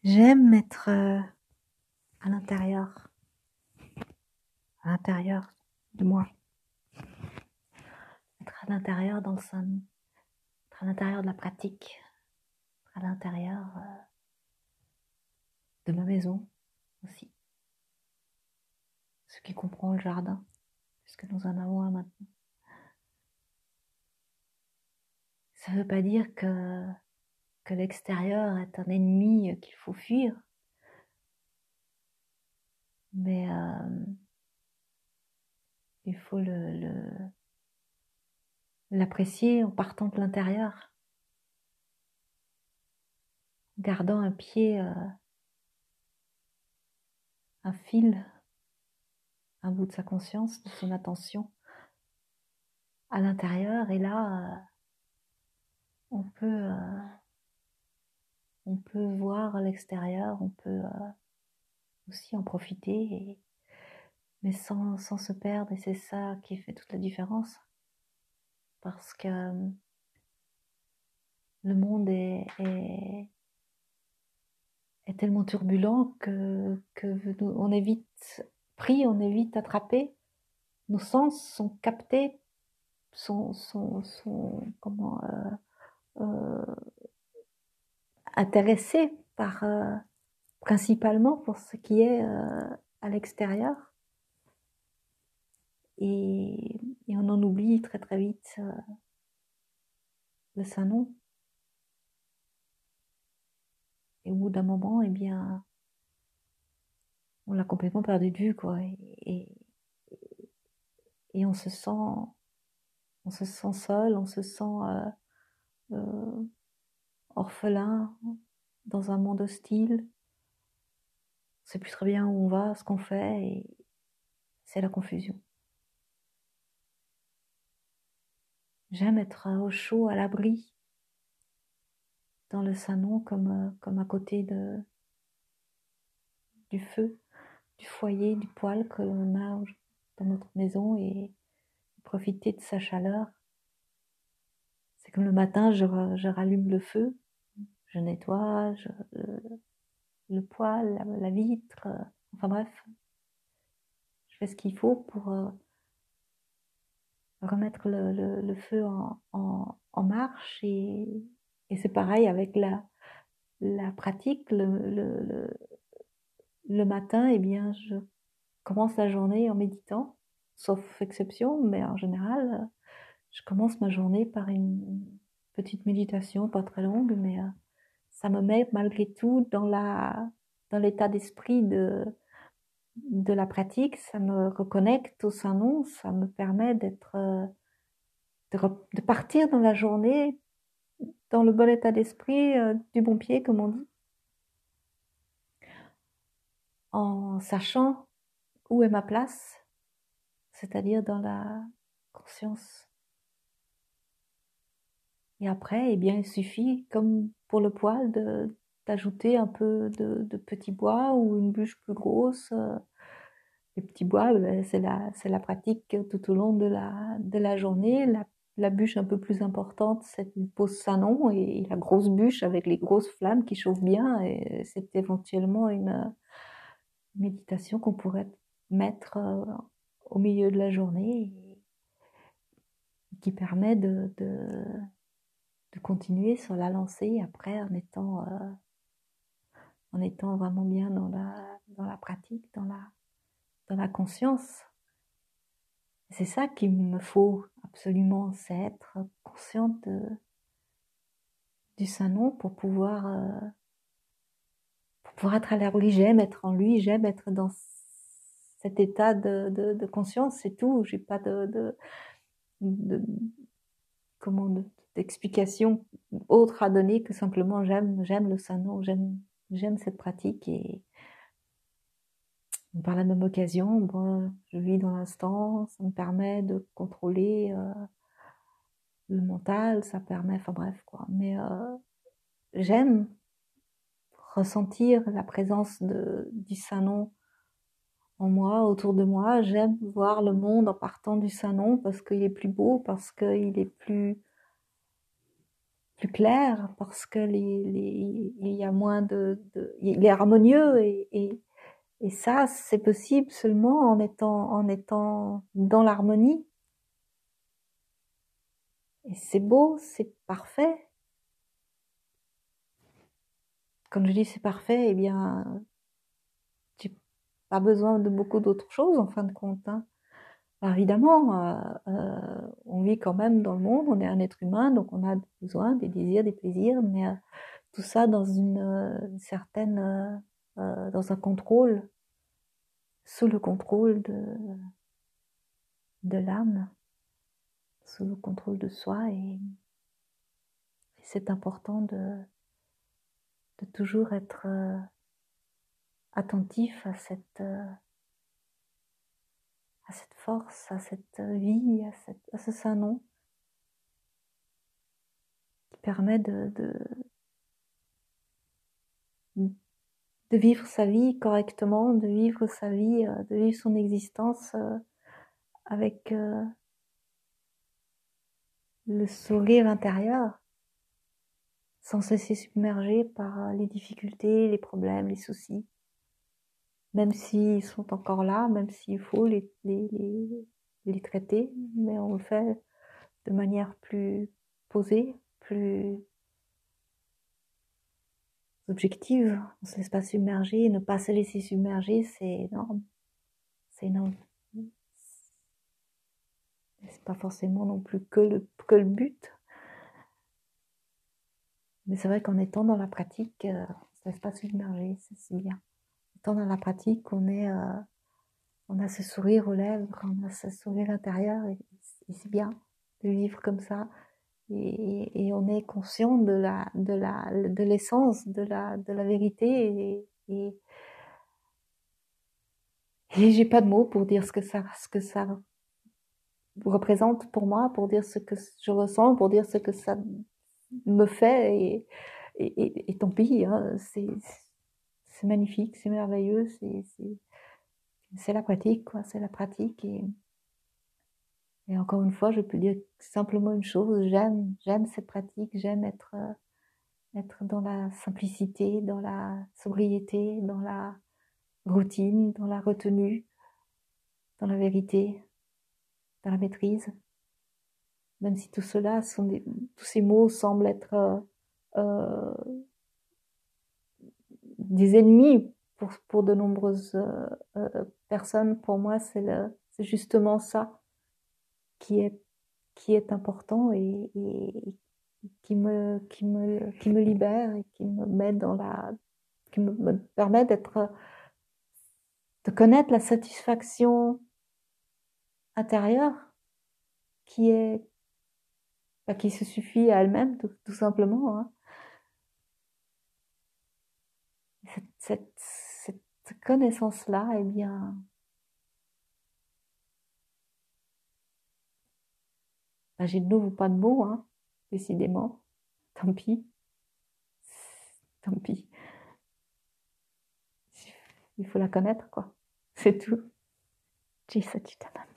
J'aime être à l'intérieur de moi, être à l'intérieur dans le salon, être à l'intérieur de la pratique, être à l'intérieur de ma maison aussi, ce qui comprend le jardin, puisque nous en avons un maintenant. Ça ne veut pas dire que l'extérieur est un ennemi qu'il faut fuir, mais il faut l'apprécier en partant de l'intérieur, en gardant un pied, un fil, un bout de sa conscience, de son attention à l'intérieur, et là, on peut voir l'extérieur, on peut aussi en profiter, mais sans se perdre, et c'est ça qui fait toute la différence. Parce que le monde est tellement turbulent que on est vite pris, on est vite attrapé. Nos sens sont captés, sont comment intéressés par principalement pour ce qui est à l'extérieur, et on en oublie très très vite le Saint-Nom. Et au bout d'un moment, eh bien, on l'a complètement perdu de vue, quoi. Et on se sent seul, on se sent orphelin dans un monde hostile. On ne sait plus très bien où on va, ce qu'on fait, et c'est la confusion. J'aime être au chaud, à l'abri, dans le Saint-Nom, comme à côté du feu, du foyer, du poêle que l'on a dans notre maison, et profiter de sa chaleur. C'est comme le matin, je rallume le feu, je nettoie, le poêle, la vitre, enfin bref, je fais ce qu'il faut pour remettre le feu en marche, et c'est pareil avec la pratique. Le matin, eh bien, je commence la journée en méditant, sauf exception, mais en général, je commence ma journée par une petite méditation, pas très longue, mais ça me met malgré tout dans l'état d'esprit de la pratique. Ça me reconnecte au Saint-Nom, ça me permet de partir dans la journée dans le bon état d'esprit, du bon pied, comme on dit, en sachant où est ma place, c'est-à-dire dans la conscience. Et après, eh bien, il suffit, comme pour le poêle, d'ajouter un peu de petit bois ou une bûche plus grosse. Les petits bois, c'est la pratique tout au long de la journée. La bûche un peu plus importante, c'est une pause Saint-Nom, et la grosse bûche avec les grosses flammes qui chauffent bien, et c'est éventuellement une méditation qu'on pourrait mettre au milieu de la journée, et qui permet de continuer sur la lancée après, en étant vraiment bien dans la pratique, dans la conscience. C'est ça qu'il me faut absolument, c'est être consciente du Saint-Nom pour pouvoir être à l'air lui. J'aime être en lui, j'aime être dans cet état de conscience, c'est tout. J'ai pas de d'explication autre à donner que simplement j'aime le Saint-Nom, j'aime cette pratique, et par la même occasion, bon, je vis dans l'instant, ça me permet de contrôler le mental, ça permet, enfin bref quoi. Mais j'aime ressentir la présence du Saint-Nom en moi, autour de moi. J'aime voir le monde en partant du Saint-Nom, parce qu'il est plus beau, parce qu'il est plus plus clair, parce que il y a moins il est harmonieux et ça, c'est possible seulement en étant dans l'harmonie. Et c'est beau, c'est parfait. Quand je dis c'est parfait, eh bien, tu n'as pas besoin de beaucoup d'autres choses en fin de compte, hein. Alors évidemment, on vit quand même dans le monde, on est un être humain, donc on a des besoins, des désirs, des plaisirs, mais tout ça dans une certaine, dans un contrôle, sous le contrôle de l'âme, sous le contrôle de soi, et c'est important de toujours être attentif à cette force, à cette vie, à ce saint nom qui permet de vivre sa vie correctement, de vivre sa vie, de vivre son existence avec le sourire intérieur, sans se laisser submerger par les difficultés, les problèmes, les soucis. Même s'ils sont encore là, même s'il faut les traiter, mais on le fait de manière plus posée, plus objective. On ne se laisse pas submerger. Ne pas se laisser submerger, c'est énorme. C'est énorme. C'est pas forcément non plus que le but. Mais c'est vrai qu'en étant dans la pratique, on ne se laisse pas submerger, c'est bien. En étant dans la pratique, on a ce sourire aux lèvres, on a ce sourire intérieur, et c'est bien de vivre comme ça. Et on est conscient de l'essence, de la vérité, et j'ai pas de mots pour dire ce que ça représente pour moi, pour dire ce que je ressens, pour dire ce que ça me fait, et tant pis, hein, c'est magnifique, c'est merveilleux, c'est la pratique, quoi, c'est la pratique, et encore une fois, je peux dire simplement une chose, j'aime cette pratique, j'aime être dans la simplicité, dans la sobriété, dans la routine, dans la retenue, dans la vérité, dans la maîtrise. Même si tout cela tous ces mots semblent être euh, des ennemis pour de nombreuses personnes, pour moi, c'est justement ça qui est important, et qui me libère, et qui me met qui me permet de connaître la satisfaction intérieure qui qui se suffit à elle-même, tout simplement, hein. Cette connaissance-là, eh bien, j'ai de nouveau pas de mots, hein, décidément. Tant pis. Tant pis. Il faut la connaître, quoi. C'est tout. Jai Satchitananda.